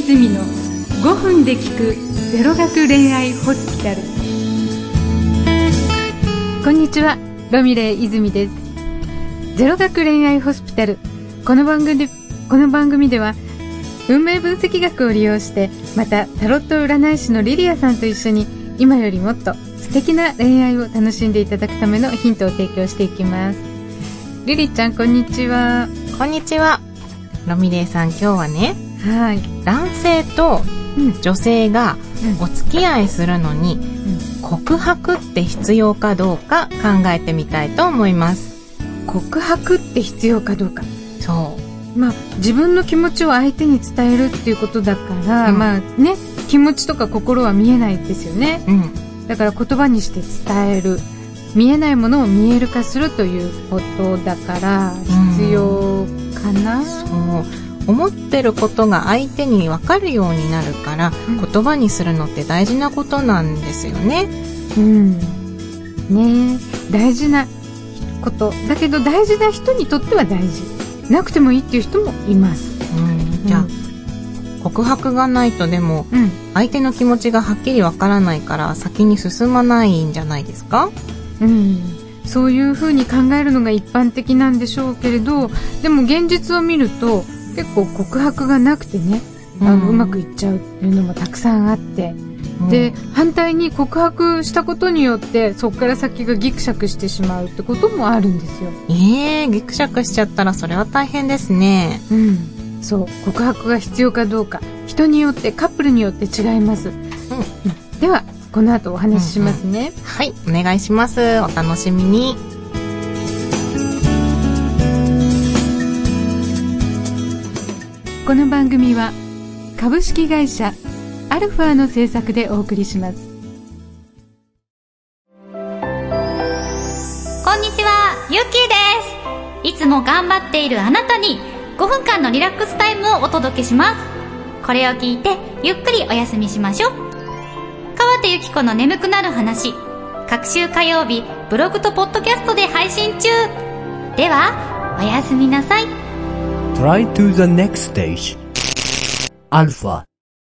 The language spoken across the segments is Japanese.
泉の5分で聞くゼロ学恋愛ホスピタル。こんにちは、ロミレイ泉です。ゼロ学恋愛ホスピタル。この番組では運命分析学を利用して、またタロット占い師のリリアさんと一緒に今よりもっと素敵な恋愛を楽しんでいただくためのヒントを提供していきます。リリちゃん、こんにちは。 こんにちは。ロミレイさん、今日はね、 はい、 男性と女性がお付き合いするのに、告白って必要かどうか考えてみたいと思います。 告白って必要かどうか。 そう。 自分の気持ちを相手に伝えるっていうことだから、気持ちとか心は見えないですよね。だから言葉にして伝える。見えないものを見える化するということだから必要かな。 そう思ってることが相手に分かるようになるから、言葉にするのって大事なことなんですよね。 大事なことだけど、大事な人にとっては大事なくてもいいっていう人もいます。 じゃあ告白がないとでも、相手の気持ちがはっきり分からないから先に進まないんじゃないですか？ そういうふうに考えるのが一般的なんでしょうけれど、でも現実を見ると結構告白がなくてね、うまくいっちゃうっていうのもたくさんあって、で反対に告白したことによってそこから先がギクシャクしてしまうってこともあるんですよ。 ギクシャクしちゃったらそれは大変ですね。 そう、告白が必要かどうか人によってカップルによって違います。ではこの後お話ししますね。 はい、お願いします。お楽しみに。 この番組は株式会社アルファの制作でお送りします。 こんにちは、ゆっきーです。いつも頑張っているあなたに5分間のリラックスタイムをお届けします。これを聞いてゆっくりお休みしましょう。川手ゆき子の眠くなる話、各週火曜日ブログとポッドキャストで配信中。ではおやすみなさい。 Try to the next stage. Alpha。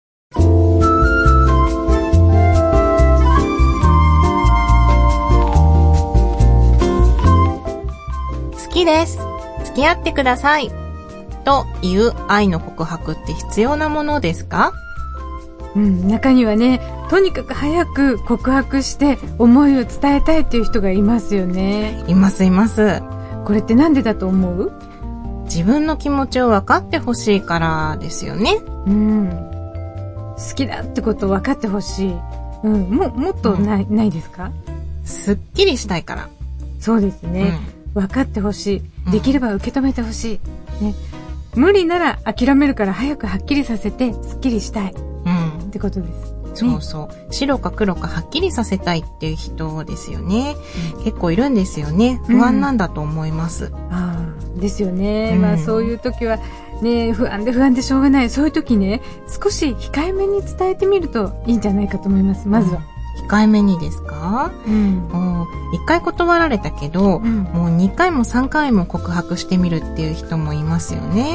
好きです、付き合ってくださいという愛の告白って必要なものですか？ 中にはね、とにかく早く告白して思いを伝えたいっていう人がいますよね。 いますいます。 これってなんでだと思う？ 自分の気持ちを分かってほしいからですよね。 好きだってことを分かってほしい。もっとないですか？ すっきりしたいから。 そうですね。分かってほしい。できれば受け止めてほしい。ね。無理なら諦めるから早くはっきりさせてすっきりしたい。ってことです。 そうそう。白か黒かはっきりさせたいっていう人ですよね。結構いるんですよね。不安なんだと思います。 ですよね。そういう時はね、不安でしょうがない。そういう時ね、少し控えめに伝えてみるといいんじゃないかと思います。まずは。 控えめにですか？1回断られたけど、もう2回も3回も告白してみるっていう人もいますよね。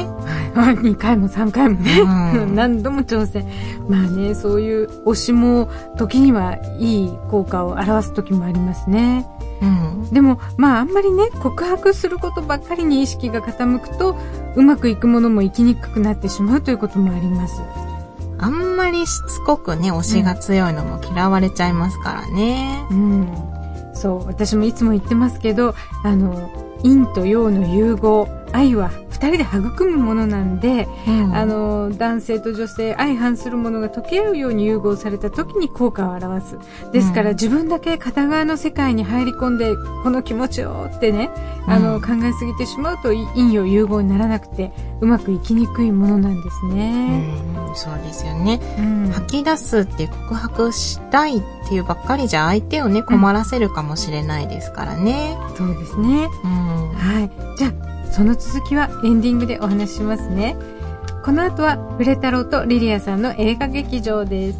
2回も3回もね、何度も挑戦。そういう推しも時にはいい効果を表す時もありますね。でもあんまりね、告白することばっかりに意識が傾くとうまくいくものもいきにくくなってしまうということもあります。 あんまりしつこくね、推しが強いのも嫌われちゃいますからね。 そう、私もいつも言ってますけど、陰と陽の融合、愛は二人で育むものなんで、男性と女性、相反するものが溶け合うように融合された時に効果を表す。ですから、自分だけ片側の世界に入り込んで、この気持ちをってね、考えすぎてしまうと陰陽融合にならなくてうまくいきにくいものなんですね。 そうですよね。吐き出すって告白したいっていうばっかりじゃ相手をね、困らせるかもしれないですからね。 そうですね。じゃあその続きはエンディングでお話ししますね。この後はフレ太郎とリリアさんの映画劇場です。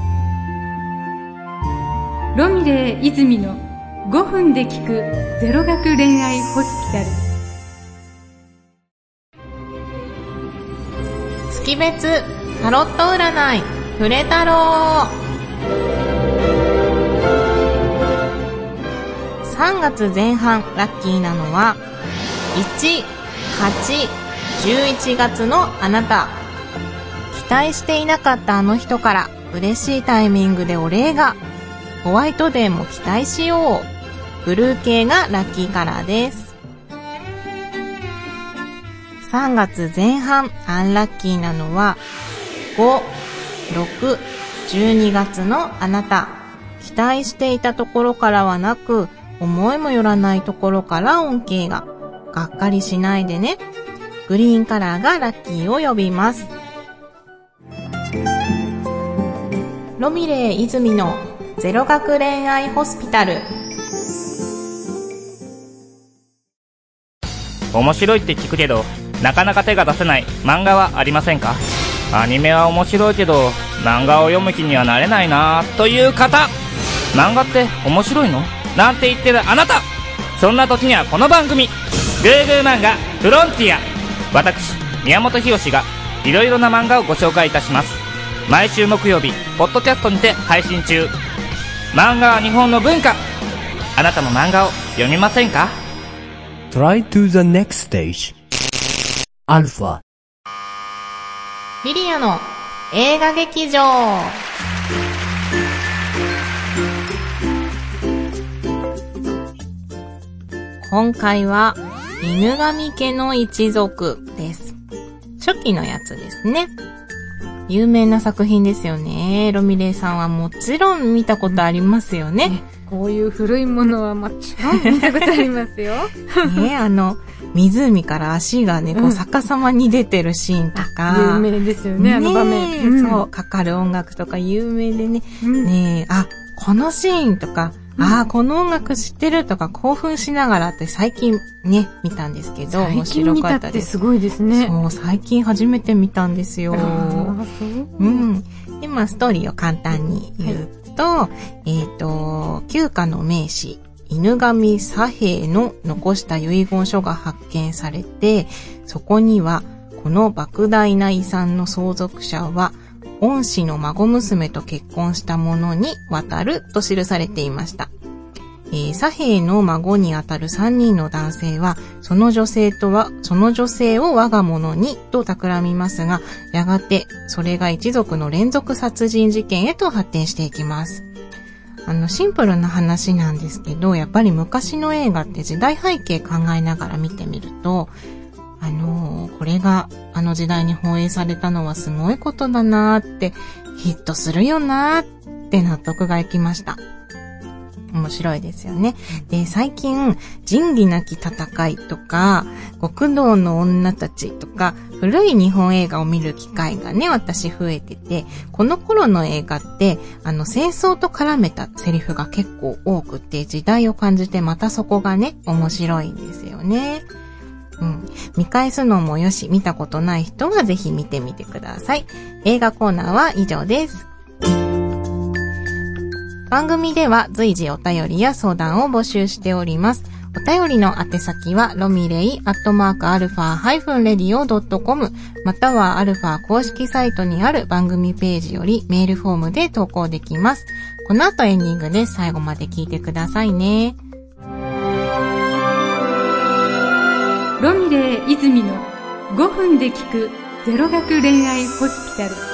ロミレイ泉の5分で聞くゼロ学恋愛ホスピタル。 月別タロット占いフレタロー。3月前半ラッキーなのは1、8、11月のあなた。期待していなかったあの人から嬉しいタイミングでお礼が。ホワイトデーも期待しよう。ブルー系がラッキーカラーです。3月前半アンラッキーなのは5、6、12月のあなた。期待していたところからはなく、思いもよらないところから恩恵が。がっかりしないでね。グリーンカラーがラッキーを呼びます。ロミレイ泉のゼロ学恋愛ホスピタル。 面白いって聞くけど、なかなか手が出せない漫画はありませんか？アニメは面白いけど漫画を読む気にはなれないなという方、漫画って面白いの？なんて言ってるあなた、そんな時にはこの番組、グーグー漫画フロンティア。私宮本浩がいろいろな漫画をご紹介いたします。毎週木曜日ポッドキャストにて配信中。漫画は日本の文化。あなたも漫画を読みませんか？ Try to the next stage. Alpha. リリアの映画劇場。今回は犬神家の一族です。初期のやつですね。有名な作品ですよね。ロミレイさんはもちろん見たことありますよね。 こういう古いものはもちろん見たことありますよ。 ね、湖から足がね、こう逆さまに出てるシーンとか。 有名ですよね、あの場面。 そう、かかる音楽とか有名でね。ねえ、このシーンとか、この音楽知ってるとか興奮しながらって最近ね、見たんですけど、面白かったです。最近見たってすごいですね。 そう、最近初めて見たんですよ。で、ストーリーを簡単に言うと、旧家の名士、犬神左平の残した遺言書が発見されて、そこには、この莫大な遺産の相続者は、恩師の孫娘と結婚した者に渡ると記されていました。左平の孫にあたる3人の男性は、その女性を我が物にと企みますが、やがてそれが一族の連続殺人事件へと発展していきます。シンプルな話なんですけど、やっぱり昔の映画って時代背景考えながら見てみると、これがあの時代に放映されたのはすごいことだなーって、ヒットするよなーって納得がいきました。面白いですよね。で、最近、仁義なき戦いとか、極道の女たちとか、古い日本映画を見る機会がね、私増えてて、この頃の映画って、戦争と絡めたセリフが結構多くて、時代を感じてまたそこがね、面白いんですよね。見返すのもよし、見たことない人はぜひ見てみてください。映画コーナーは以上です。番組では随時お便りや相談を募集しております。お便りの宛先はロミレイ@alpha-radio.com またはアルファ公式サイトにある番組ページよりメールフォームで投稿できます。この後エンディングです。最後まで聞いてくださいね。 ロミレイ泉の5分で聞くゼロ学恋愛ホスピタル。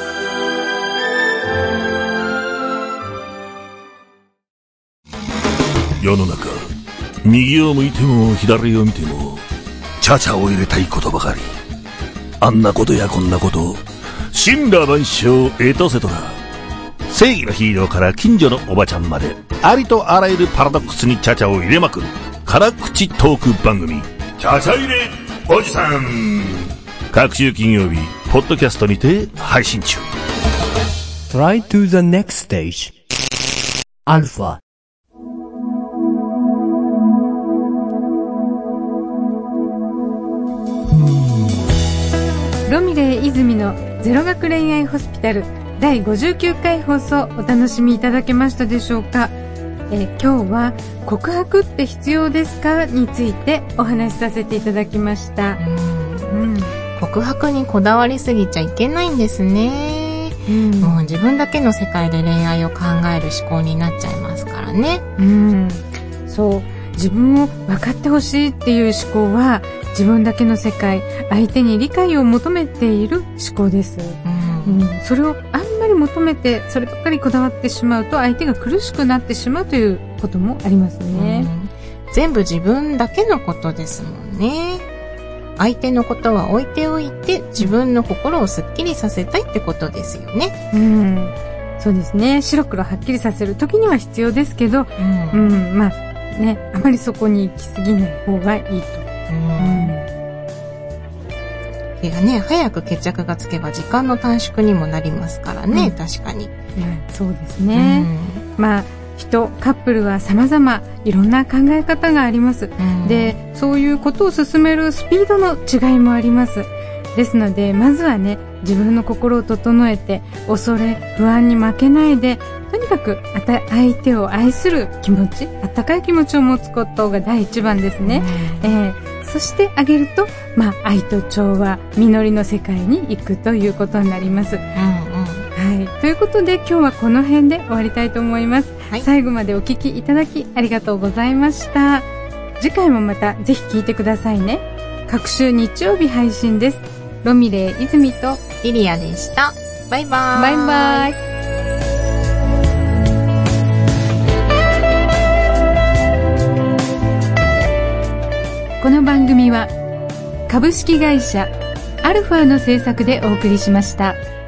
世の中、右を向いても左を見てもチャチャを入れたいことばかり。あんなことやこんなこと、森羅万象エトセトラ。正義のヒーローから近所のおばちゃんまで、ありとあらゆるパラドックスにチャチャを入れまくる辛口トーク番組、チャチャ入れおじさん。各週金曜日ポッドキャストにて配信中。 Try to the next stage. Alpha. ロミレイ泉のゼロ学恋愛ホスピタル第59回放送、お楽しみいただけましたでしょうか。今日は告白って必要ですかについてお話しさせていただきました。 告告白にこだわりすぎちゃいけないんですね。もう自分だけの世界で恋愛を考える思考になっちゃいますからね。 そう。自分を分かってほしいっていう思考は、自分だけの世界、相手に理解を求めている思考です。それをあんまり求めて、そればっかりこだわってしまうと、相手が苦しくなってしまうということもありますね。 全部自分だけのことですもんね。相手のことは置いておいて、自分の心をすっきりさせたいってことですよね。 そうですね。白黒はっきりさせる時には必要ですけど、まあね、あまりそこに行き過ぎない方がいいと。 早く決着がつけば時間の短縮にもなりますからね、確かに。 そうですね。まあ、カップルは様々いろんな考え方があります。で、そういうことを進めるスピードの違いもあります。ですので、まずはね、自分の心を整えて、恐れ、不安に負けないで、とにかく相手を愛する気持ち、温かい気持ちを持つことが第一番ですね。そしてあげると、まあ、愛と調和、実りの世界に行くということになります。ということで今日はこの辺で終わりたいと思います。最後までお聞きいただきありがとうございました。次回もまたぜひ聞いてくださいね。各週日曜日配信です。ロミレイ泉とリリアでした。バイバイ。 バイバイ。この番組は株式会社アルファの制作でお送りしました。